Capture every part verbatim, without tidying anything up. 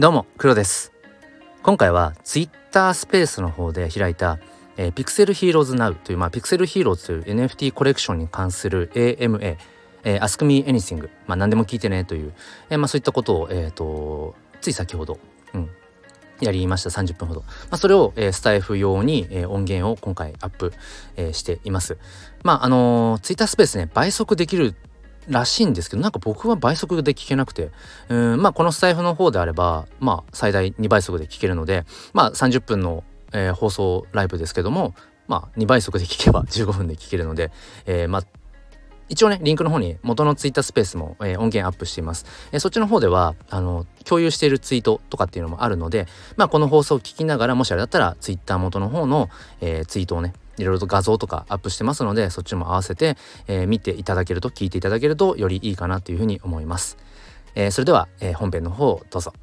どうも黒です。今回は Twitter スペースの方で開いた、えー、Pixel Heroes Now という、まあ、Pixel Heroes という エヌエフティー コレクションに関する エーエムエー、えー、Ask Me Anything、まあ、何でも聞いてねという、えーまあ、そういったことを、えー、とつい先ほど、うん、やりました。さんじゅっぷんほど、まあ、それを、えー、スタイフ用に、えー、音源を今回アップ、えー、しています。まああのー、Twitter スペースね、倍速できるらしいんですけど、なんか僕は倍速で聞けなくて、うーんまあこのスタイフの方であれば、まあ最大にばい速で聞けるので、まあさんじゅっぷんの、えー放送ライブですけども、まあにばい速で聞けばじゅうごふんで聞けるので、えーまあ一応ね、リンクの方に元のツイッタースペースも、えー音源アップしています。えーそっちの方ではあの共有しているツイートとかっていうのもあるので、まあこの放送を聞きながら、もしあれだったらツイッター元の方の、えーツイートをね、いろいろと画像とかアップしてますので、そっちも合わせて、えー見ていただけると、聞いていただけるとよりいいかなというふうに思います。えーそれでは、えー本編の方どうぞ。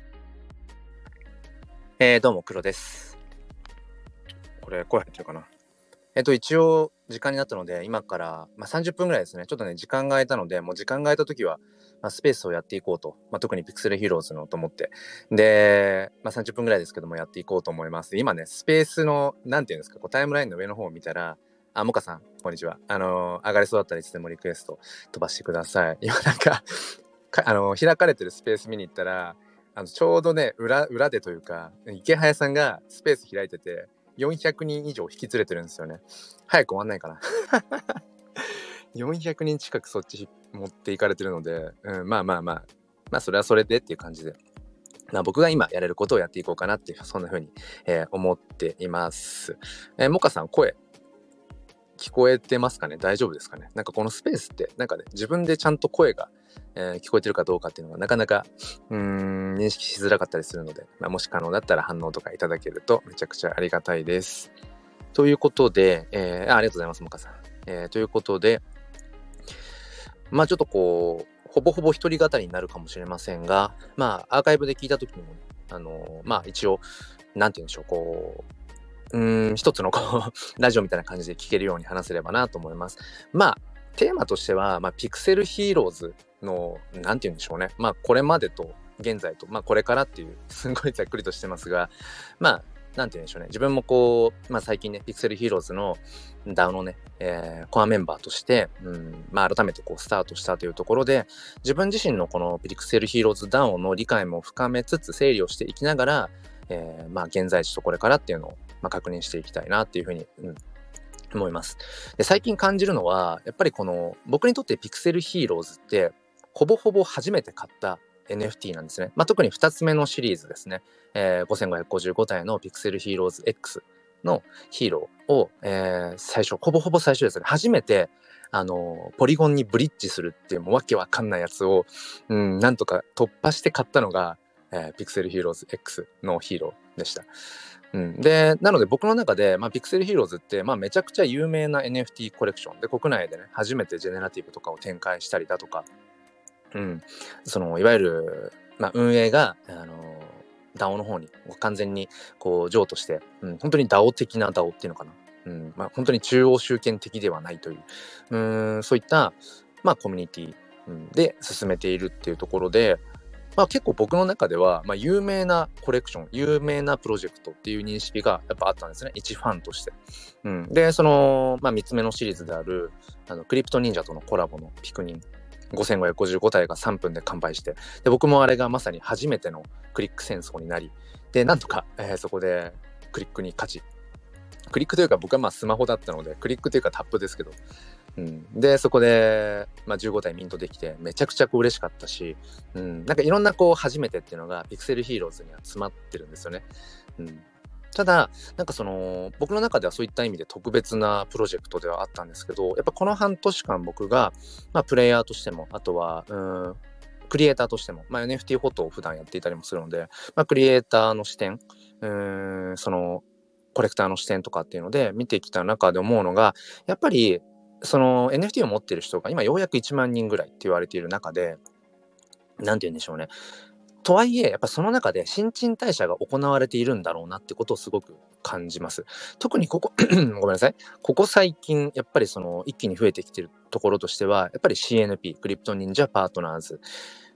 えー、どうも黒です。これ声入ってるかな。えっと一応時間になったので、今から、まあ、さんじゅっぷんぐらいですね。ちょっとね時間が空いたので、もう時間が空いた時は、まあ、スペースをやっていこうと、まあ、特にピクセルヒーローズのと思って、で、まあ、さんじゅっぷんぐらいですけどもやっていこうと思います。今ねスペースのなんていうんですか、こうタイムラインの上の方を見たら、あ、モカさんこんにちは。あのー、上がりそうだったらいつでもリクエスト飛ばしてください。今なんかかあのー、開かれてるスペース見に行ったら、あのちょうどね 裏, 裏でというか、池早さんがスペース開いててよんひゃくにん以上引き連れてるんですよね。早く終わんないかなよんひゃくにん近くそっち持っていかれてるので、うん、まあまあまあまあそれはそれでっていう感じで、まあ、僕が今やれることをやっていこうかなっていう、そんな風に、えー、思っています。えー、モカさん声聞こえてますかね？大丈夫ですかね？なんかこのスペースってなんかね、自分でちゃんと声が、えー聞こえてるかどうかっていうのがなかなかうーん認識しづらかったりするので、まあ、もし可能だったら反応とかいただけるとめちゃくちゃありがたいです。ということで、えー、あ、ありがとうございます、モカさん。えー、ということで、まあちょっとこう、ほぼほぼ一人語りになるかもしれませんが、まあアーカイブで聞いた時にも、あのーまあ一応、なんて言うんでしょう、こう、うーん、一つのこう、ラジオみたいな感じで聞けるように話せればなと思います。まあ、テーマとしては、まあ、ピクセルヒーローズの、なんて言うんでしょうね。まあ、これまでと現在と、まあ、これからっていう、すごいざっくりとしてますが、まあ、なんて言うんでしょうね。自分もこう、まあ、最近ね、ピクセルヒーローズの ダウ のね、えーコアメンバーとして、うん、まあ、改めてこう、スタートしたというところで、自分自身のこのピクセルヒーローズ ダウ の理解も深めつつ、整理をしていきながら、えーまあ、現在地とこれからっていうのを、まあ、確認していきたいなっていうふうに、うん、思います。で、最近感じるのは、やっぱりこの、僕にとってピクセルヒーローズって、ほぼほぼ初めて買った エヌエフティー なんですね。まあ、特にふたつめのシリーズですね。えー、ごせんごひゃくごじゅうご体のピクセルヒーローズ X のヒーローを、えー、最初、ほぼほぼ最初ですね。初めて、あの、ポリゴンにブリッジするっていう、もうわけわかんないやつを、うん、なんとか突破して買ったのが、えー、ピクセルヒーローズ X のヒーローでした。うん、で、なので僕の中で、まあ、ピクセルヒーローズって、まあ、めちゃくちゃ有名な エヌエフティー コレクションで、国内でね、初めてジェネラティブとかを展開したりだとか、うん、その、いわゆる、まあ、運営が、あの、ダオ の方に完全にこう譲渡して、うん、本当に ダオ 的な ダオ っていうのかな。うん、まあ、本当に中央集権的ではないという、うん、そういった、まあ、コミュニティ、うん、で進めているっていうところで、まあ、結構僕の中では、まあ、有名なコレクション、有名なプロジェクトっていう認識がやっぱあったんですね。一ファンとして。うん、で、その、まあ、みっつめのシリーズである、あのクリプト忍者とのコラボのピクニン。ごせんごひゃくごじゅうご体がさんぷんで完売して、で、僕もあれがまさに初めてのクリック戦争になり、で、なんとか、えーそこでクリックに勝ち、クリックというか僕はまあスマホだったので、クリックというかタップですけど、うん、でそこで、まあ、じゅうご体ミントできてめちゃくちゃこう嬉しかったし、うん、なんかいろんなこう初めてっていうのがピクセルヒーローズには詰まってるんですよね。うん、ただなんかその僕の中ではそういった意味で特別なプロジェクトではあったんですけど、やっぱこの半年間僕が、まあ、プレイヤーとしても、あとはうんクリエイターとしても、まあ、エヌエフティー フォトを普段やっていたりもするので、まあ、クリエイターの視点、うーんそのコレクターの視点とかっていうので見てきた中で思うのが、やっぱりその エヌエフティー を持っている人が今ようやくいちまんにんぐらいって言われている中で、なんて言うんでしょうね。とはいえ、やっぱその中で新陳代謝が行われているんだろうなってことをすごく感じます。特にここ、ごめんなさい。ここ最近、やっぱりその一気に増えてきてるところとしては、やっぱり シーエヌピー、クリプト忍者パートナーズ。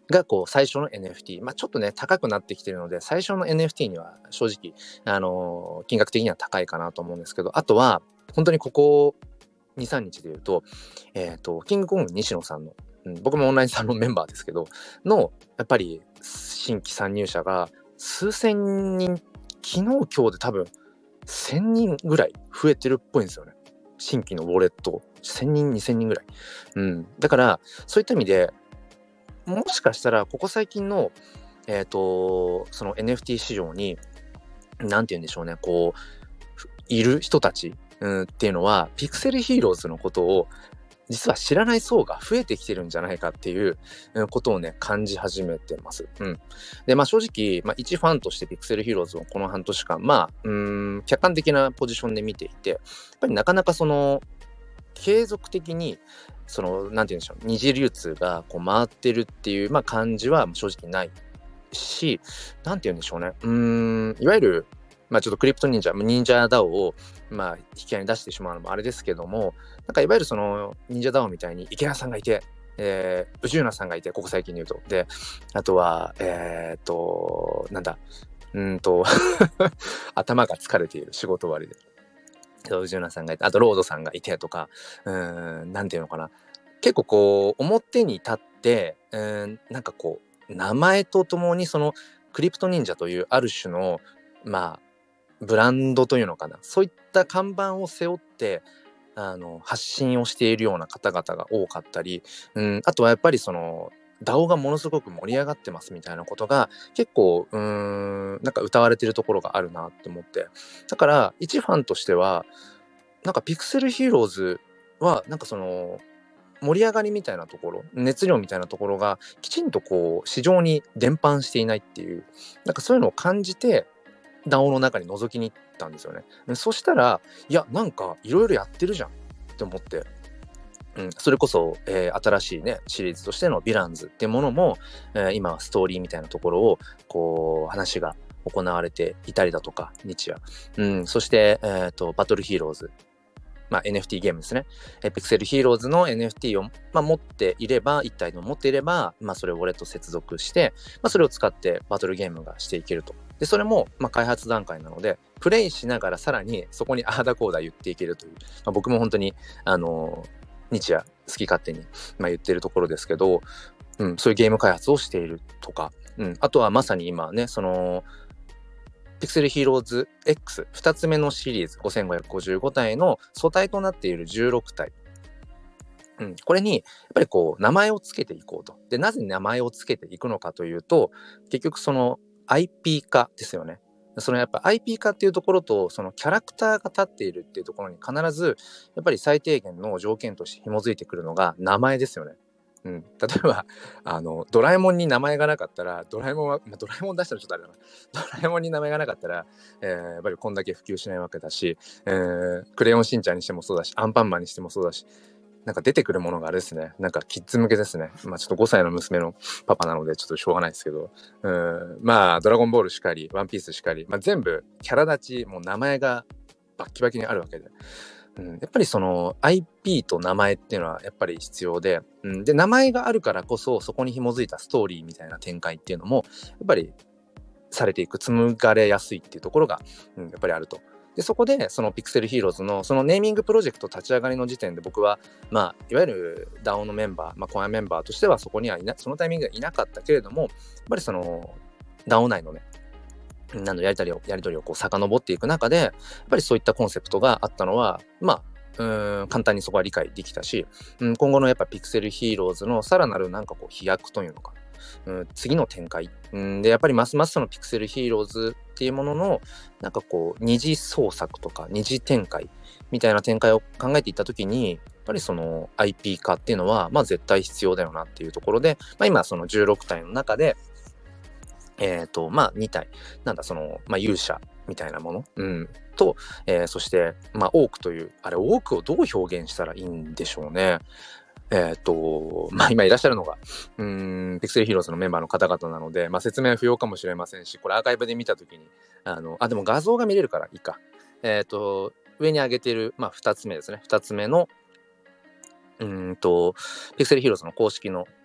がこう最初の エヌエフティー、まあ、ちょっとね高くなってきてるので最初の エヌエフティー には正直、あのー金額的には高いかなと思うんですけど、あとは本当にここに、さんにちで言うと、えっ、とキングコング西野さんの、うん、僕もオンラインサロンメンバーですけどのやっぱり新規参入者が数千人、昨日今日で多分せんにんぐらい増えてるっぽいんですよね。新規のウォレットせんにんにせんにんぐらい、うん、だからそういった意味でもしかしたらここ最近のえっ、とその エヌエフティー 市場になんて言うんでしょうね、こういる人たち、うん、っていうのはピクセルヒーローズのことを実は知らない層が増えてきてるんじゃないかっていうことをね感じ始めてます。うん、でまあ正直、まあ、一ファンとしてピクセルヒーローズをこの半年間まあうーん客観的なポジションで見ていて、やっぱりなかなかその継続的にそのなんて言うんでしょう、二次流通がこう回ってるっていう、まあ、感じは正直ないし、なんて言うんでしょうね、うーんいわゆるまあちょっとクリプト忍者忍者 ダオ をまあ引き合いに出してしまうのもあれですけども、なんかいわゆるその忍者 ダオ みたいに池田さんがいて、えー、宇宙なさんがいて、ここ最近で言うと、であとはえー、っとなんだうんと頭が疲れている仕事終わりで宇宙なさんがいて、あとロードさんがいてとか、うーんなんていうのかな、結構こう表に立ってうーんなんかこう名前とともにそのクリプト忍者というある種のまあブランドというのかな、そういった看板を背負ってあの発信をしているような方々が多かったり、うん、あとはやっぱりその ダオ がものすごく盛り上がってますみたいなことが結構うーんなんか歌われてるところがあるなって思って、だから一ファンとしてはなんかピクセルヒーローズはなんかその盛り上がりみたいなところ、熱量みたいなところがきちんとこう市場に伝播していないっていう、なんかそういうのを感じて ダオ の中に覗きに行ったんですよね。そしたらいやなんかいろいろやってるじゃんって思って、うん、それこそ、えー新しいねシリーズとしてのヴィランズっていうものも、えー今はストーリーみたいなところをこう話が行われていたりだとか日夜、うん、そして、えーとバトルヒーローズ、まあ、エヌエフティー ゲームですね。えピクセルヒーローズの エヌエフティー を、まあ、持っていれば、一体の持っていれば、まあ、それをウォレット接続して、まあ、それを使ってバトルゲームがしていけると。で、それも、まあ、開発段階なので、プレイしながらさらにそこにあーだこーだ言っていけるという、まあ、僕も本当に、あのー日夜好き勝手に、まあ、言ってるところですけど、うん、そういうゲーム開発をしているとか、うん、あとはまさに今ね、その、ピクセルヒーローズ X ふたつめのシリーズごせんごひゃくごじゅうご体の素体となっているじゅうろく体、うん、これにやっぱりこう名前をつけていこうと。でなぜ名前をつけていくのかというと、結局その アイピー 化ですよね。そのやっぱ アイピー 化っていうところとそのキャラクターが立っているっていうところに必ずやっぱり最低限の条件として紐づいてくるのが名前ですよね。うん、例えばあのドラえもんに名前がなかったらドラえもんは、まあ、ドラえもん出したらちょっとあれだなドラえもんに名前がなかったら、えーやっぱりこんだけ普及しないわけだし、えークレヨンしんちゃんにしてもそうだしアンパンマンにしてもそうだし、なんか出てくるものがあれですね、なんかキッズ向けですね。まあちょっとごさいの娘のパパなのでちょっとしょうがないですけど、うん、まあドラゴンボールしかりワンピースしかり、まあ、全部キャラ立ちもう名前がバッキバキにあるわけで、うん、やっぱりその アイピー と名前っていうのはやっぱり必要で、うん、で名前があるからこそそこに紐づいたストーリーみたいな展開っていうのもやっぱりされていく、紡がれやすいっていうところが、うん、やっぱりあると。でそこでそのピクセルヒーローズのそのネーミングプロジェクト立ち上がりの時点で僕はまあいわゆる ダオ のメンバー、まあ、コアメンバーとしてはそこにはいなそのタイミングではいなかったけれども、やっぱりその ダオ 内のね何のやり取りをやり取りをこう遡っていく中でやっぱりそういったコンセプトがあったのはまあうーん簡単にそこは理解できたし、うん、今後のやっぱピクセルヒーローズのさらなるなんかこう飛躍というのか、うん、次の展開、うん、でやっぱりますますそのピクセルヒーローズっていうもののなんかこう二次創作とか二次展開みたいな展開を考えていった時にやっぱりその アイピー 化っていうのはまあ絶対必要だよなっていうところで、まあ、今そのじゅうろく体の中でえっとまあに体なんだその、まあ、勇者みたいなもの、うん、と、えーそしてまあオークというあれオークをどう表現したらいいんでしょうね。えっとまあ今いらっしゃるのがうーんピクセルヒーローズのメンバーの方々なので、まあ、説明は不要かもしれませんし、これアーカイブで見たときにあのあでも画像が見れるからいいか。えっと上に上げてる、まあ、ふたつめですね。ふたつめのうーんとピクセルヒーローズの公式の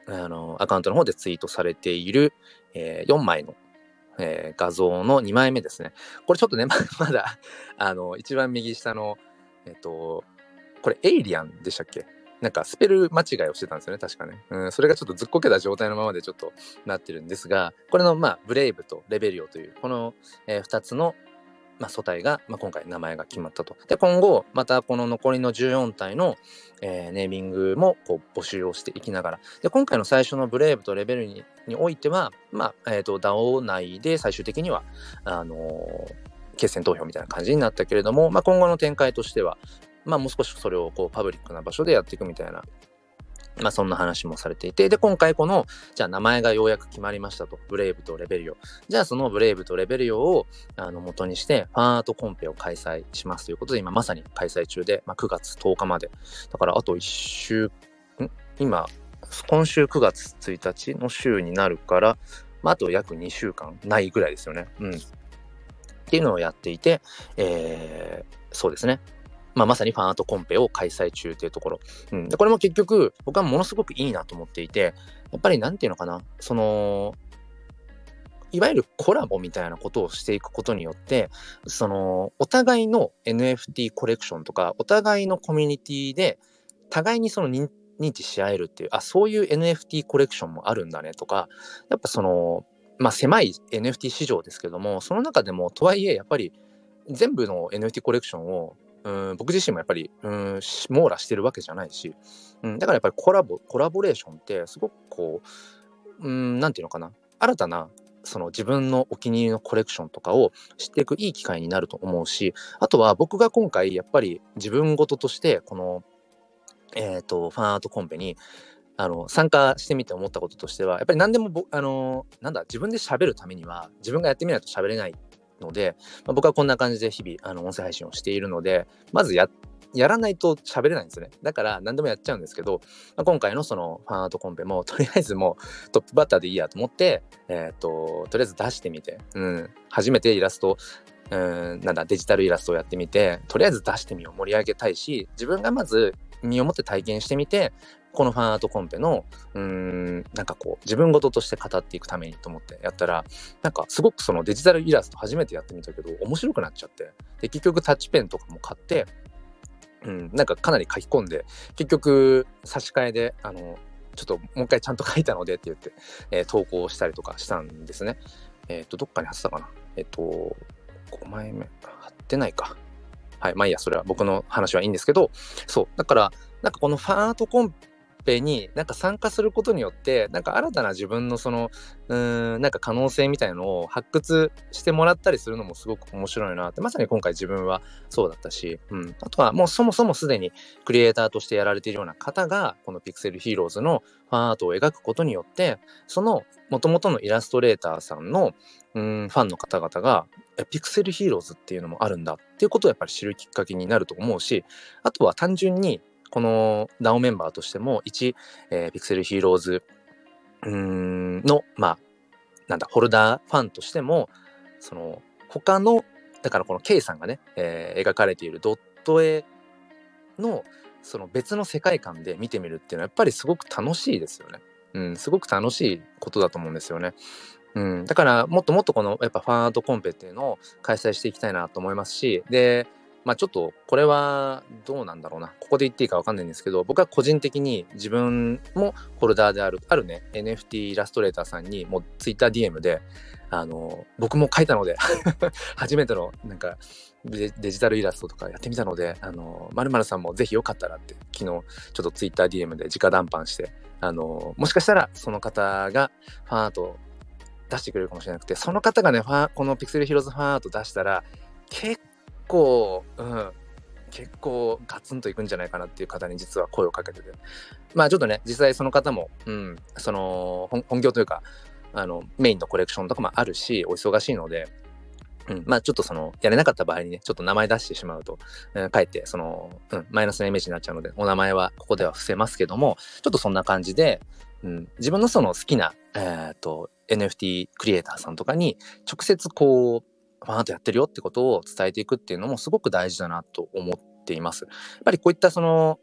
あのアカウントの方でツイートされている、えー、よんまいの、えー、画像のにまいめですね。これちょっとねまだあの一番右下のえっとこれエイリアンでしたっけ、なんかスペル間違いをしてたんですよね確かね、うん、それがちょっとずっこけた状態のままでちょっとなってるんですが、これのまあブレイブとレベリオというこの、えー、ふたつのまあ、素体が、まあ、今回名前が決まったと。で今後またこの残りのじゅうよんたいの、えー、ネーミングもこう募集をしていきながら、で今回の最初のブレイブとレベルににおいては、まあえー、と ダオ 内で最終的にはあのー、決選投票みたいな感じになったけれども、まあ、今後の展開としては、まあ、もう少しそれをこうパブリックな場所でやっていくみたいな、まあそんな話もされていて、で今回このじゃあ名前がようやく決まりましたと、ブレイブとレベリオ、じゃあそのブレイブとレベリオをあの元にしてファンアートコンペを開催しますということで、今まさに開催中で、まあ、くがつとおかまでだからあといっしゅう、ん今今週くがつついたちの週になるから、まあ、あと約にしゅうかんないぐらいですよね。うんっていうのをやっていて、えー、そうですね、まあ、まさにファンアートコンペを開催中というところ、うん、でこれも結局僕はものすごくいいなと思っていて、やっぱりなんていうのかな、そのいわゆるコラボみたいなことをしていくことによって、そのお互いの エヌエフティー コレクションとかお互いのコミュニティで互いにその認知し合えるっていう、あそういう エヌエフティー コレクションもあるんだねとか、やっぱそのまあ狭い エヌエフティー 市場ですけども、その中でもとはいえやっぱり全部の エヌエフティー コレクションをうん僕自身もやっぱりうん網羅してるわけじゃないし、うん、だからやっぱりコラボコラボレーションってすごくこううんなんていうのかな、新たなその自分のお気に入りのコレクションとかを知っていくいい機会になると思うし、あとは僕が今回やっぱり自分事としてこのえっとファンアートコンペにあの参加してみて思ったこととしては、やっぱり何でもぼあのなんだ自分で喋るためには自分がやってみないと喋れないので、まあ、僕はこんな感じで日々あの音声配信をしているので、まずややらないと喋れないんですよね。だから何でもやっちゃうんですけど、まあ、今回のそのファンアートコンペもとりあえずもうトップバッターでいいやと思って、えっととりあえず出してみて、うん、初めてイラストうんなんだデジタルイラストをやってみて、とりあえず出してみよう、盛り上げたいし、自分がまず身をもって体験してみて、このファンアートコンペのうーんなんかこう自分事として語っていくためにと思ってやったら、なんかすごくそのデジタルイラスト初めてやってみたけど面白くなっちゃって、で結局タッチペンとかも買って、うん、なんかかなり書き込んで、結局差し替えであのちょっともう一回ちゃんと書いたのでって言って、えー、投稿したりとかしたんですね。えっとどっかに貼ってたかな、えっとごまいめ貼ってないか。はい、まあいいや、それは僕の話はいいんですけど、そうだからなんかこのファンアートコンペになんか参加することによって、なんか新たな自分のそのうーんなんか可能性みたいなのを発掘してもらったりするのもすごく面白いなって、まさに今回自分はそうだったし、うん、あとはもうそもそもすでにクリエイターとしてやられているような方がこのピクセルヒーローズのファンアートを描くことによって、その元々のイラストレーターさんのうーんファンの方々がピクセルヒーローズっていうのもあるんだっていうことをやっぱり知るきっかけになると思うし、あとは単純にこの ダオ メンバーとしても一、えー、ピクセルヒーローズうーんのまあなんだホルダーファンとしても、その他のだからこの K さんがね、えー、描かれているドット絵のその別の世界観で見てみるっていうのはやっぱりすごく楽しいですよね。うん、すごく楽しいことだと思うんですよね。うん、だからもっともっとこのやっぱファンアートコンペっていうのを開催していきたいなと思いますし、でまあちょっとこれはどうなんだろうな、ここで言っていいか分かんないんですけど、僕は個人的に自分もホルダーであるあるね エヌエフティー イラストレーターさんにもう Twitter ディーエム であの僕も書いたので初めてのなんかデジタルイラストとかやってみたので、あの〇〇さんもぜひよかったらって昨日ちょっと Twitter ディーエム で直談判して、あのもしかしたらその方がファンアート出してくれるかもしれなくて、その方がねファンこのピクセルヒーローズファンアート出したら結構うん結構ガツンといくんじゃないかなっていう方に実は声をかけてて、まあちょっとね実際その方も、うん、その 本, 本業というかあのメインのコレクションとかもあるしお忙しいので、うん、まあちょっとそのやれなかった場合にねちょっと名前出してしまうと、うん、かえってその、うん、マイナスなイメージになっちゃうのでお名前はここでは伏せますけども、ちょっとそんな感じで、うん、自分のその好きな、えー、と エヌエフティー クリエイターさんとかに直接こうファンアートやってるよってことを伝えていくっていうのもすごく大事だなと思っています。やっぱりこういったその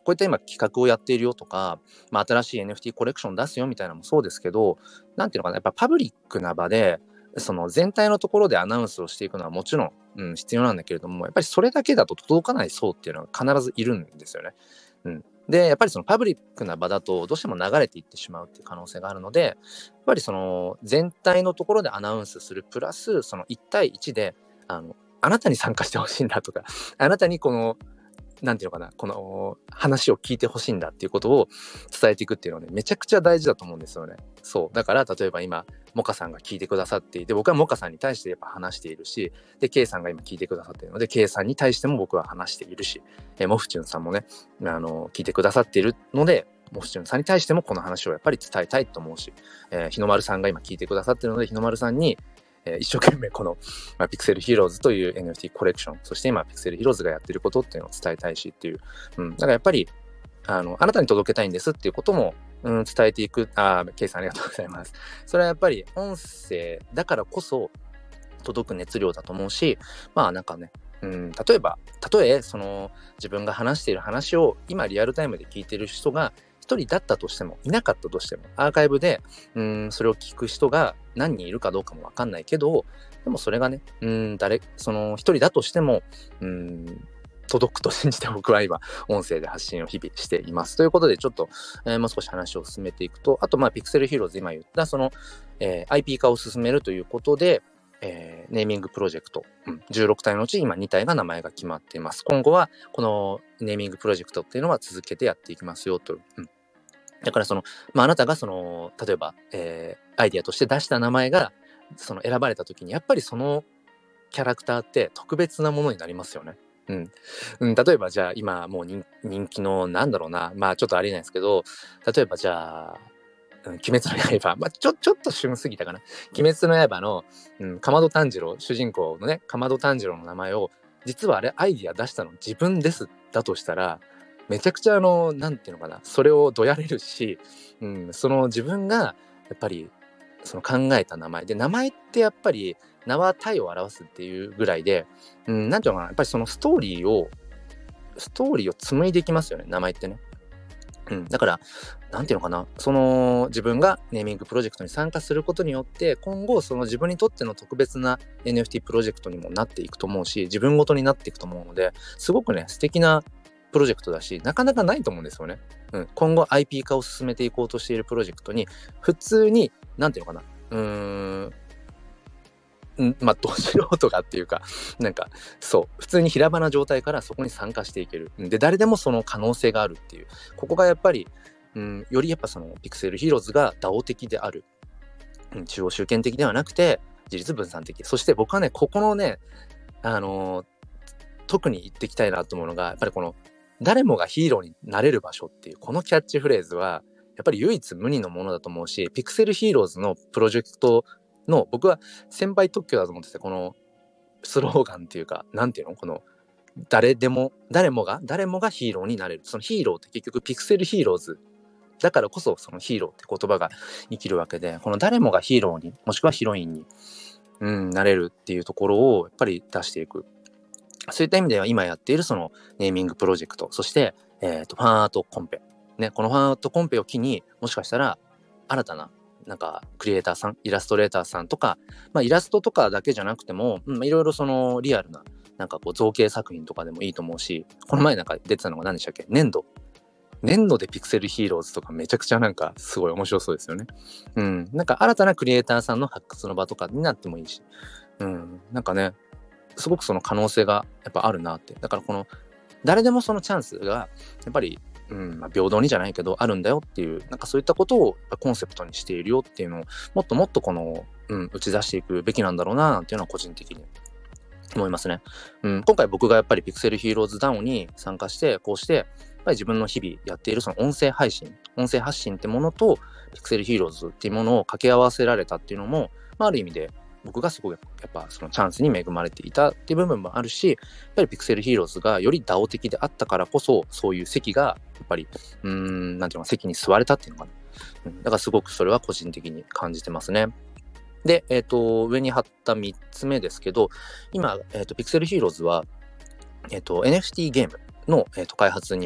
こういった今企画をやっているよとか、まあ、新しい エヌエフティー コレクション出すよみたいなのもそうですけど、なんていうのかな、やっぱパブリックな場でその全体のところでアナウンスをしていくのはもちろん、うん、必要なんだけれども、やっぱりそれだけだと届かない層っていうのは必ずいるんですよね。うん、でやっぱりそのパブリックな場だとどうしても流れていってしまうっていう可能性があるので、やっぱりその全体のところでアナウンスするプラスそのいち対いちであのあなたに参加してほしいんだとか、あなたにこのなんていうのかな、この話を聞いてほしいんだっていうことを伝えていくっていうのはね、めちゃくちゃ大事だと思うんですよね。そうだから例えば今モカさんが聞いてくださっていて、僕はモカさんに対してやっぱ話しているし、で K さんが今聞いてくださっているので K さんに対しても僕は話しているし、えモフチュンさんもねあの聞いてくださっているので、モフチュンさんに対してもこの話をやっぱり伝えたいと思うし、えー、日の丸さんが今聞いてくださっているので日の丸さんにえー、一生懸命この、まあ、ピクセルヒーローズという エヌエフティー コレクション、そして今ピクセルヒーローズがやってることっていうのを伝えたいしっていう、うん、だからやっぱりあのあなたに届けたいんですっていうことも、うん、伝えていく。あ、ケイさんありがとうございます。それはやっぱり音声だからこそ届く熱量だと思うし、まあなんかね、うん、例えばたとえその自分が話している話を今リアルタイムで聞いている人が一人だったとしてもいなかったとしても、アーカイブでうんそれを聞く人が何人いるかどうかも分かんないけど、でもそれがね、うん誰その一人だとしてもうん届くと信じて僕は今音声で発信を日々していますということで、ちょっと、えー、もう少し話を進めていくと、あとまあピクセルヒーローズ今言ったその、えー、アイピー 化を進めるということで、えー、ネーミングプロジェクト、うん、じゅうろくたいのうち今にたいが名前が決まっています。今後はこのネーミングプロジェクトっていうのは続けてやっていきますよと、うん、だからその、まあ、あなたがその例えば、えー、アイディアとして出した名前がその選ばれた時にやっぱりそのキャラクターって特別なものになりますよね。うんうん、例えばじゃあ今もう 人, 人気のなんだろうな、まあちょっとありえないですけど、例えばじゃあうん、鬼滅の刃、まあ、ちょちょっと旬すぎたかな。鬼滅の刃の、うん、竈門炭治郎、主人公のね竈門炭治郎の名前を実はあれアイディア出したの自分ですだとしたら、めちゃくちゃあのなんていうのかな、それをどやれるし、うん、その自分がやっぱりその考えた名前で、名前ってやっぱり名は体を表すっていうぐらいで、うん、なんていうのかな、やっぱりそのストーリーをストーリーを紡いでいきますよね、名前ってね。うん、だからなんていうのかな、その自分がネーミングプロジェクトに参加することによって今後その自分にとっての特別な エヌエフティー プロジェクトにもなっていくと思うし、自分ごとになっていくと思うので、すごくね素敵なプロジェクトだし、なかなかないと思うんですよね。うん、今後 アイピー 化を進めていこうとしているプロジェクトに普通になんていうのかな、うーんんまあど素人がっていうか、なんかそう普通に平場な状態からそこに参加していける。で誰でもその可能性があるっていう、ここがやっぱり、うん、よりやっぱそのピクセルヒーローズが ダオ 的である、うん、中央集権的ではなくて自立分散的。そして僕はねここのねあのー、特に言っていきたいなと思うのが、やっぱりこの誰もがヒーローになれる場所っていうこのキャッチフレーズはやっぱり唯一無二のものだと思うし、ピクセルヒーローズのプロジェクトの僕は先輩特許だと思ってて、このスローガンっていうか、なんていうの、この誰でも誰もが誰もがヒーローになれる。そのヒーローって結局ピクセルヒーローズだからこそそのヒーローって言葉が生きるわけで、この誰もがヒーローにもしくはヒロインに、うん、なれるっていうところをやっぱり出していく。そういった意味では今やっているそのネーミングプロジェクト、そして、えーと、ファンアートコンペ、ね、このファンアートコンペを機にもしかしたら新たななんかクリエイターさん、イラストレーターさんとか、まあ、イラストとかだけじゃなくても、うん、いろいろそのリアルななんかこう造形作品とかでもいいと思うし、この前なんか出てたのが何でしたっけ、粘土粘土でピクセルヒーローズとかめちゃくちゃなんかすごい面白そうですよね。うん、なんか新たなクリエイターさんの発掘の場とかになってもいいし、うん、なんかねすごくその可能性がやっぱあるなって。だからこの誰でもそのチャンスがやっぱり、うんまあ、平等にじゃないけどあるんだよっていう、なんかそういったことをコンセプトにしているよっていうのをもっともっとこの、うん、打ち出していくべきなんだろうななんていうのは個人的に思いますね。うん、今回僕がやっぱりピクセルヒーローズダウンに参加してこうしてやっぱり自分の日々やっているその音声配信音声発信ってものとピクセルヒーローズっていうものを掛け合わせられたっていうのも、まあ、ある意味で僕がすごいやっぱそのチャンスに恵まれていたっていう部分もあるし、やっぱりピクセルヒーローズがより ダオ 的であったからこそそういう席がやっぱりうーんなんていうのか席に座れたっていうのかな、うん、だからすごくそれは個人的に感じてますね。で、えっと上に貼ったみっつめですけど、今、えっとピクセルヒーローズは、えっと エヌエフティー ゲームの、えっと開発にも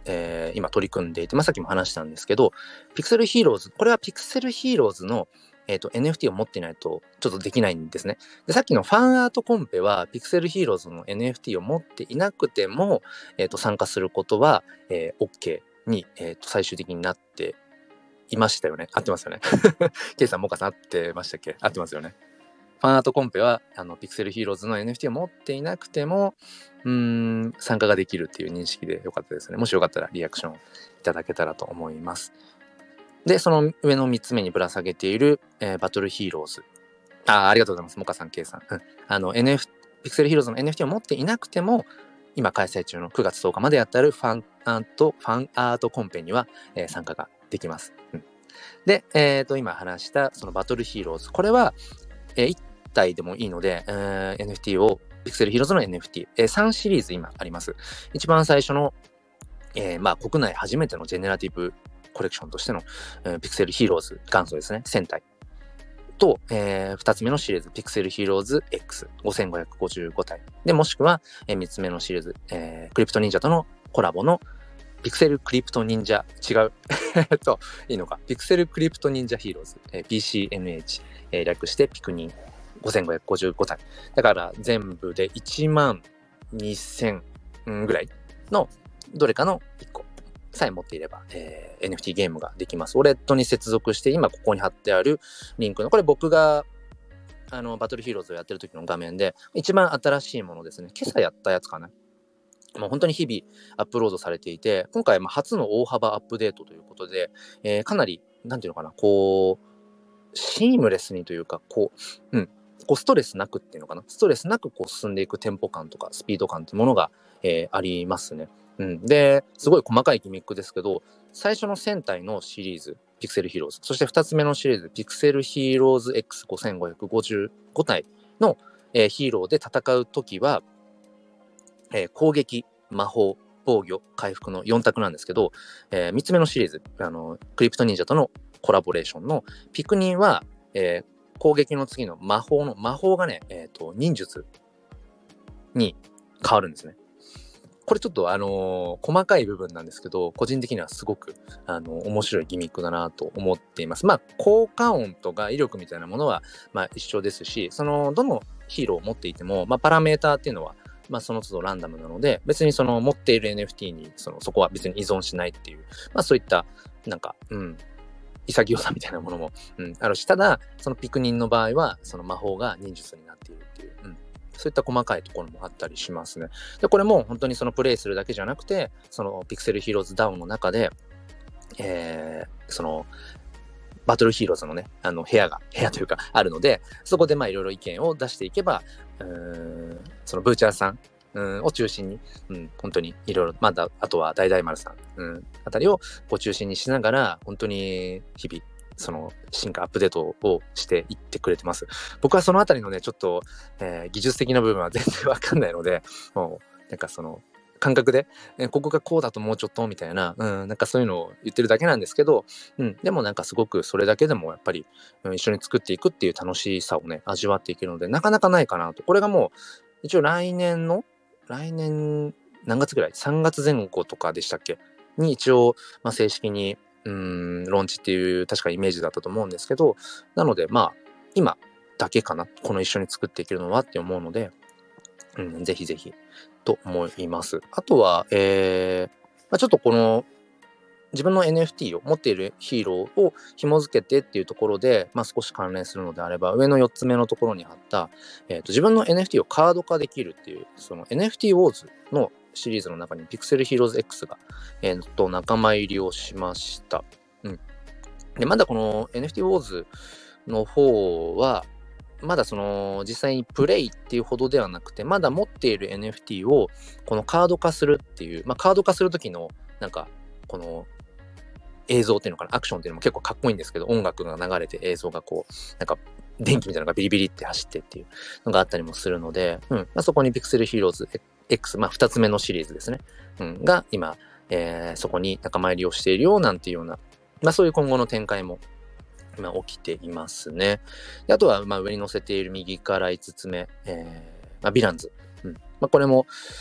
えー、今取り組んでいて、まあ、さっきも話したんですけど、ピクセルヒーローズ、これはピクセルヒーローズの、えーと、エヌエフティー を持っていないとちょっとできないんですね。で、さっきのファンアートコンペは、ピクセルヒーローズの エヌエフティー を持っていなくても、えーと、参加することは、えー、OK に、えーと、最終的になっていましたよね。合ってますよね。ケイさん、モカさん合ってましたっけ？合ってますよね。ファンアートコンペはあのピクセルヒーローズの エヌエフティー を持っていなくてもうーん参加ができるっていう認識でよかったですね。もしよかったらリアクションいただけたらと思います。で、その上のみっつめにぶら下げている、えー、バトルヒーローズ。あ、ありがとうございます。モカさん、ケイさん。うん、あの エヌエフ、ピクセルヒーローズの エヌエフティー を持っていなくても今開催中のくがつとおかまでやってあるファンアート、ファンアートコンペには、えー、参加ができます。うん、で、えーと、今話したそのバトルヒーローズ。これは、えー、いち体でもいいので、えー、エヌエフティー を、ピクセルヒーローズの エヌエフティー、えー、さんシリーズ今あります。一番最初の、えー、まあ国内初めてのジェネラティブコレクションとしての、えー、ピクセルヒーローズ元祖ですね、せん体。と、えー、ふたつめのシリーズ、ピクセルヒーローズ X、ごせんごひゃくごじゅうご体。で、もしくは、えー、みっつめのシリーズ、えー、クリプト忍者とのコラボのピクセルクリプト忍者、違う。えっと、いいのか。ピクセルクリプト忍者ヒーローズ、えー、ピーシーエヌエイチ、えー、略してピクニンごせんごひゃくごじゅうご体。だから全部でいちまんにせんぐらいのどれかのいっこさえ持っていれば、えー、エヌエフティー ゲームができます。ウォレットに接続して今ここに貼ってあるリンクの、これ僕があのバトルヒーローズをやってる時の画面で一番新しいものですね。今朝やったやつかな。もう本当に日々アップロードされていて、今回まあ初の大幅アップデートということで、えー、かなりなんていうのかな、こうシームレスにというか、こう、うん、こうストレスなくっていうのかな、ストレスなくこう進んでいくテンポ感とかスピード感っていうものが、えー、ありますね。うん、で、すごい細かいギミックですけど、最初のせん体のシリーズ、ピクセルヒーローズ、そしてふたつめのシリーズ、ピクセルヒーローズ エックスごせんごひゃくごじゅうご体の、えー、ヒーローで戦うときは、えー、攻撃、魔法、防御、回復のよん択なんですけど、えー、みっつめのシリーズ、あのクリプト忍者とのコラボレーションのピクニンは、えー、攻撃の次の魔法の魔法がね、えーと、忍術に変わるんですね。これちょっとあのー、細かい部分なんですけど、個人的にはすごくあのー、面白いギミックだなと思っています。まあ効果音とか威力みたいなものはまあ一緒ですし、そのどのヒーローを持っていても、まあ、パラメーターっていうのはまあその都度ランダムなので、別にその持っている エヌエフティー にそのそこは別に依存しないっていう、まあそういったなんかうん潔さみたいなものも、うん、あるし、ただそのピクニンの場合はその魔法が忍術になっているっていう、うん、そういった細かいところもあったりしますね。で、これも本当にそのプレイするだけじゃなくて、そのピクセルヒーローズダウンの中で、えー、そのバトルヒーローズのね、あの部屋が、部屋というかあるので、そこでまあいろいろ意見を出していけば、うーんそのブーチャーさん、うん、を中心に、うん、本当にいろいろ、まだあとは大々丸さん、うん、あたりをこう中心にしながら、本当に日々、その進化アップデートをしていってくれてます。僕はそのあたりのね、ちょっと、えー、技術的な部分は全然わかんないので、もうなんかその感覚で、えー、ここがこうだともうちょっとみたいな、うん、なんかそういうのを言ってるだけなんですけど、うん、でもなんかすごくそれだけでもやっぱり、うん、一緒に作っていくっていう楽しさをね、味わっていけるので、なかなかないかなと。これがもう一応来年の来年何月ぐらい ?さん 月前後とかでしたっけに一応、まあ、正式にうーんローンチっていう確かイメージだったと思うんですけど、なのでまあ今だけかな、この一緒に作っていけるのはって思うので、うん、ぜひぜひと思います。あとは、えーまあ、ちょっとこの自分の エヌエフティー を持っているヒーローを紐付けてっていうところで、まあ、少し関連するのであれば、上のよっつめのところに貼った、えーと、自分の エヌエフティー をカード化できるっていう、その エヌエフティー ウォーズのシリーズの中にピクセルヒーローズ X が、えー、と仲間入りをしました。うん。で、まだこの エヌエフティー ウォーズの方は、まだその実際にプレイっていうほどではなくて、まだ持っている エヌエフティー をこのカード化するっていう、まあ、カード化する時のなんかこの映像っていうのかな、アクションっていうのも結構かっこいいんですけど、音楽が流れて映像がこうなんか電気みたいなのがビリビリって走ってっていうのがあったりもするので、うんまあ、そこにピクセルヒーローズ X、まあ、ふたつめのシリーズですね、うん、が今、えー、そこに仲間入りをしているよなんていうような、まあ、そういう今後の展開も今起きていますね。であとはまあ上に載せている右からいつつめ、えーまあ、ヴィランズ、うんまあ、これも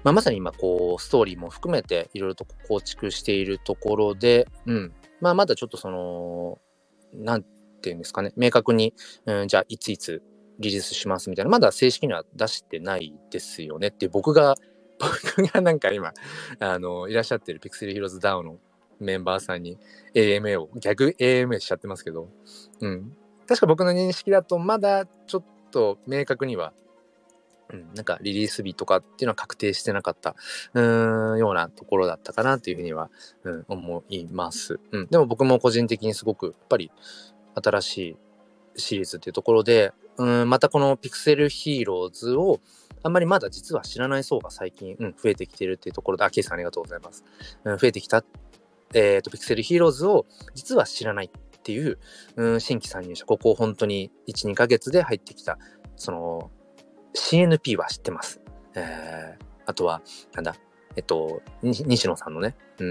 まあ、まさに今こうストーリーも含めていろいろと構築しているところで、うん、まあまだちょっとそのなんていうんですかね、明確に、うん、じゃあいついつリリースしますみたいな、まだ正式には出してないですよねっていう、僕が僕がなんか今あのいらっしゃってるピクセルヒーローズダウンのメンバーさんに エーエムエー を逆 エーエムエー しちゃってますけど、うん、確か僕の認識だとまだちょっと明確には、うん、なんかリリース日とかっていうのは確定してなかったうーんようなところだったかなというふうには、うん、思います、うん。でも僕も個人的にすごくやっぱり新しいシリーズっていうところで、うん、またこのピクセルヒーローズをあんまりまだ実は知らない層が最近、うん、増えてきているっていうところで、あ、ケイさんありがとうございます。うん、増えてきた、えっと、ピクセルヒーローズを実は知らないっていう、うん、新規参入者、ここ本当にいち、にかげつで入ってきた、その、シーエヌピー は知ってます。えー、あとは、なんだ、えっと、西野さんのね、うん、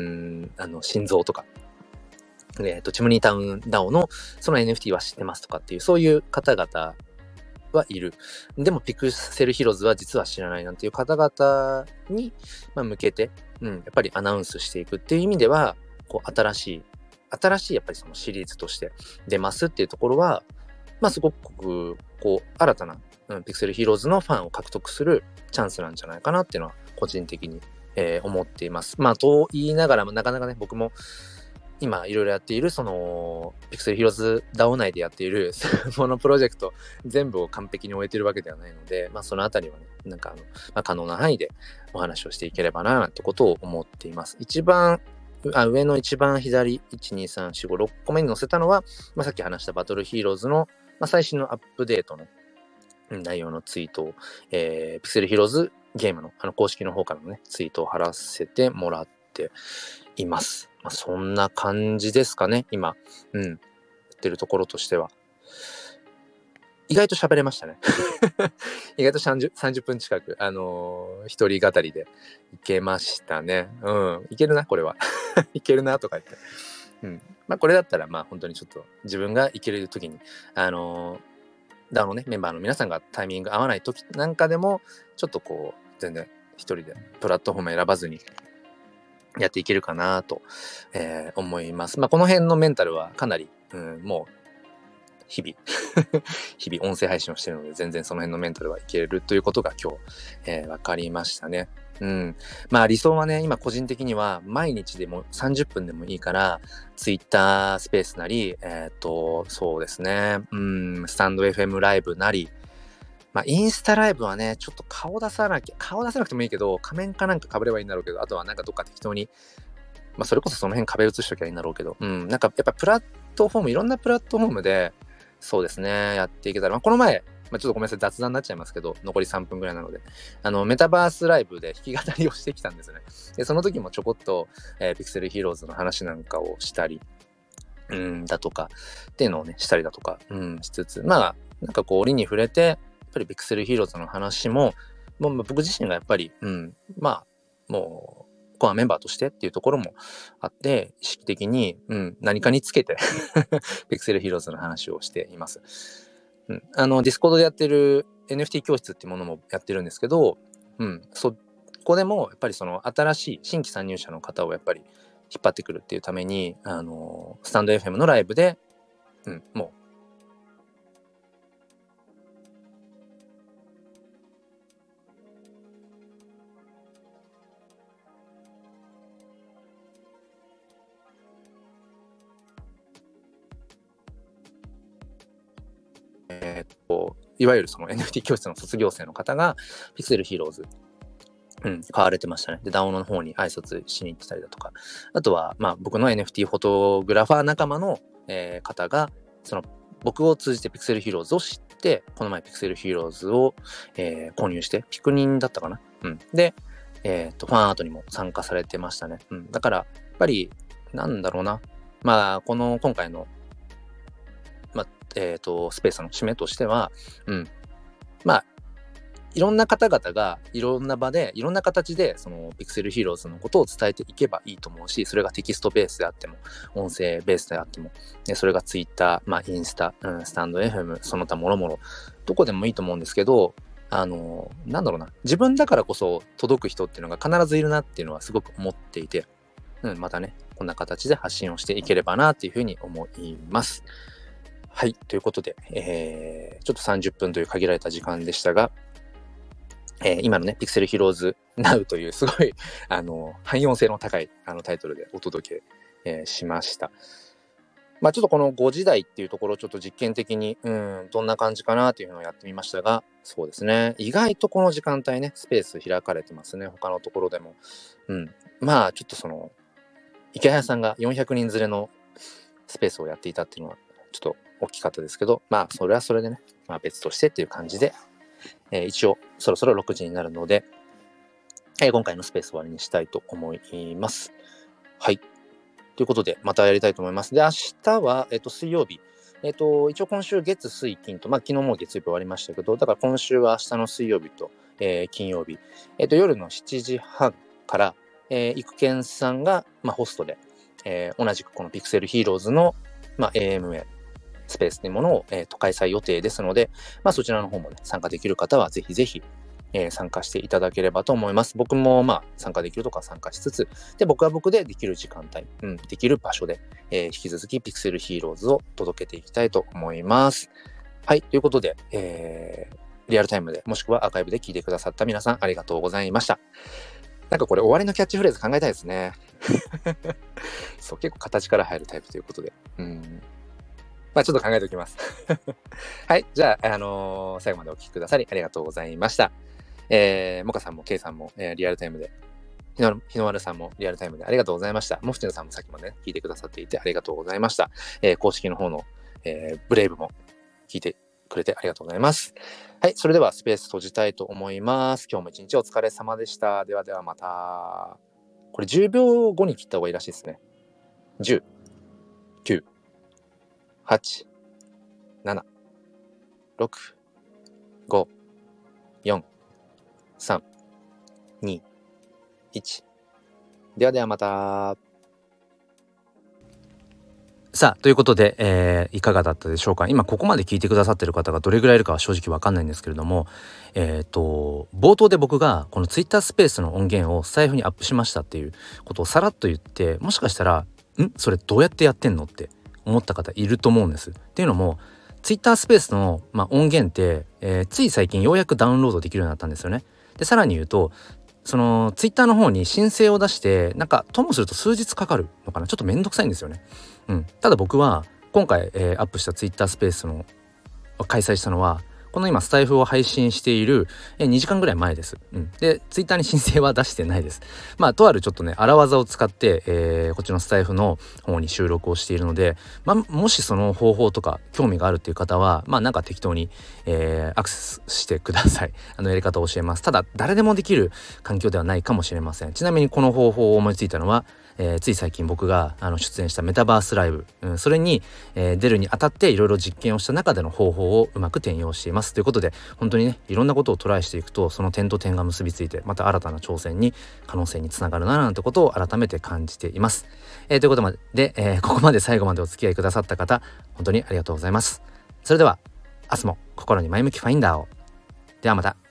あの、心臓とか、えっと、チムニータウンダオのその エヌエフティー は知ってますとかっていう、そういう方々はいる。でも、ピクセルヒーローズは実は知らないなんていう方々に、まあ、向けて、うん、やっぱりアナウンスしていくっていう意味では、こう、新しい、新しいやっぱりそのシリーズとして出ますっていうところは、まあ、すごく、こう、新たな、うん、ピクセルヒーローズのファンを獲得するチャンスなんじゃないかなっていうのは、個人的に、えー、思っています。まあ、と言いながらも、なかなかね、僕も、今いろいろやっているそのピクセルヒーローズダオ内でやっているこのプロジェクト全部を完璧に終えてるわけではないので、まあそのあたりはね、なんかあの、まあ、可能な範囲でお話をしていければななんてことを思っています。一番あ上の一番左いち、に、さん、よん、ご、ろっこめに載せたのは、まあ、さっき話したバトルヒーローズの、まあ、最新のアップデートの内容のツイートを、えー、ピクセルヒーローズゲームのあの公式の方からのねツイートを貼らせてもらっています。まあ、そんな感じですかね、今。うん。やってるところとしては。意外と喋れましたね。意外とさんじゅう、さんじゅっぷん近く、あのー、一人語りでいけましたね。うん。いけるな、これは。いけるな、とか言って。うん。まあ、これだったら、まあ、本当にちょっと自分がいけるときに、あのー、ダウのね、メンバーの皆さんがタイミング合わないときなんかでも、ちょっとこう、全然一人でプラットフォーム選ばずに、やっていけるかなと、えー、思います。まあ、この辺のメンタルはかなり、うん、もう、日々、日々音声配信をしているので、全然その辺のメンタルはいけるということが今日、えー、分かりましたね。うん。まあ理想はね、今個人的には毎日でもさんじゅっぷんでもいいから、ツイッタースペースなり、えっと、そうですね、うん、スタンド エフエム ライブなり、まあ、インスタライブはね、ちょっと顔出さなきゃ、顔出さなくてもいいけど、仮面かなんか被ればいいんだろうけど、あとはなんかどっか適当に、まあ、それこそその辺壁写しときゃいいんだろうけど、うん、なんかやっぱプラットフォーム、いろんなプラットフォームで、そうですね、やっていけたら、まあ、この前、まあ、ちょっとごめんなさい、雑談になっちゃいますけど、残りさんぷんぐらいなので、あの、メタバースライブで弾き語りをしてきたんですね。で、その時もちょこっと、えー、ピクセルヒーローズの話なんかをしたり、うん、だとか、っていうのをね、したりだとか、うん、しつつ、まあ、なんかこう、折に触れて、やっぱりピクセルヒーローズの話も、もう僕自身がやっぱり、うん、まあ、もう、コアメンバーとしてっていうところもあって、意識的に、うん、何かにつけてピクセルヒーローズの話をしています。うん、あの、ディスコードでやってる エヌエフティー 教室っていうものもやってるんですけど、うん、そこでも、やっぱりその新しい新規参入者の方をやっぱり引っ張ってくるっていうために、あの、スタンド エフエム のライブで、うん、もう、えーっと、いわゆるその エヌエフティー 教室の卒業生の方が、ピクセルヒーローズ、うん、買われてましたね。で、ダウンの方に挨拶しに行ってたりだとか、あとは、まあ、僕の エヌエフティー フォトグラファー仲間の、えー方が、その、僕を通じてピクセルヒーローズを知って、この前ピクセルヒーローズを、えー購入して、ピクニンだったかな。うん。で、えっと、ファンアートにも参加されてましたね。うん。だから、やっぱり、なんだろうな。まあ、この、今回の、まあ、えっと、スペースの締めとしては、うん。まあ、いろんな方々がいろんな場でいろんな形でそのピクセルヒーローズのことを伝えていけばいいと思うし、それがテキストベースであっても音声ベースであっても、でそれがツイッター、まあ、インスタ、うん、スタンド エフエム、その他もろもろどこでもいいと思うんですけど、 あのなんだろうな、自分だからこそ届く人っていうのが必ずいるなっていうのはすごく思っていて、うん、またねこんな形で発信をしていければなっていうふうに思います。はい、ということで、えー、ちょっとさんじゅっぷんという限られた時間でしたが、えー、今のね Pixel Heroes Now というすごいあの汎用性の高いあのタイトルでお届け、えー、しました。まあちょっとこのごじ台っていうところをちょっと実験的に、うん、どんな感じかなっていうのをやってみましたが、そうですね。意外とこの時間帯ね、スペース開かれてますね。他のところでも。うん。まあちょっとその、池谷さんがよんひゃくにん連れのスペースをやっていたっていうのはちょっと大きかったですけど、まあそれはそれでね、まあ別としてっていう感じで、えー、一応そろそろろくじになるので、えー、今回のスペース終わりにしたいと思います。はい。ということで、またやりたいと思います。で、明日は、えっと、水曜日。えっと、一応今週月、水、金と、まあ、昨日も月曜日終わりましたけど、だから今週は明日の水曜日と、えー、金曜日。えっと、夜のしちじはんから、えー、いくけんさんが、まあ、ホストで、えー、同じくこの Pixel Heroes の、まあ、エーエムエー スペースというものを、えー、と開催予定ですので、まあ、そちらの方もね、参加できる方はぜひぜひ、えー、参加していただければと思います。僕もまあ参加できるとか参加しつつ、で、僕は僕でできる時間帯、うん、できる場所で、えー、引き続き Pixel Heroes を届けていきたいと思います。はい、ということで、えー、リアルタイムでもしくはアーカイブで聞いてくださった皆さんありがとうございました。なんかこれ終わりのキャッチフレーズ考えたいですね。そう、結構形から入るタイプということで。うん。まあちょっと考えておきます。はい、じゃあ、あのー、最後までお聞きくださりありがとうございました。えー、モカさんもケイさんも、えー、リアルタイムで、日の日の丸さんもリアルタイムでありがとうございました。モフチヌさんもさっきまでね、聞いてくださっていてありがとうございました。えー、公式の方の、えー、ブレイブも聞いてくれてありがとうございます。はい、それではスペース閉じたいと思います。今日も一日お疲れ様でした。ではではまた。これじゅうびょうごに切った方がいいらしいですね。じゅう、きゅう、はち、なな、ろく、ご、よん、さん、に、いち。ではではまた。さあということで、えー、いかがだったでしょうか。今ここまで聞いてくださってる方がどれぐらいいるかは正直わかんないんですけれども、えっと冒頭で僕がこの Twitter スペースの音源をスタイフにアップしましたっていうことをさらっと言って、もしかしたらんそれどうやってやってんのって思った方いると思うんです。っていうのも Twitter スペースの、まあ、音源って、えー、つい最近ようやくダウンロードできるようになったんですよね。でさらに言うとそのツイッターの方に申請を出してなんかともすると数日かかるのかな、ちょっとめんどくさいんですよね。うん、ただ僕は今回、えー、アップしたツイッタースペースの開催したのはこの今スタイフを配信している、えー、にじかんぐらい前です。うん、でツイッターに申請は出してないです。まあとあるちょっとね荒技を使って、えー、こっちのスタイフの方に収録をしているので、まあ、もしその方法とか興味があるっていう方はまあなんか適当に、えー、アクセスしてください。あのやり方を教えます。ただ誰でもできる環境ではないかもしれません。ちなみにこの方法を思いついたのはえー、つい最近僕があの出演したメタバースライブ、うん、それに、えー、出るにあたっていろいろ実験をした中での方法をうまく転用していますということで、本当にねいろんなことをトライしていくとその点と点が結びついてまた新たな挑戦に可能性につながるななんてことを改めて感じています。えー、ということで、えー、ここまで最後までお付き合いくださった方本当にありがとうございます。それでは明日も心に前向きファインダーを。ではまた。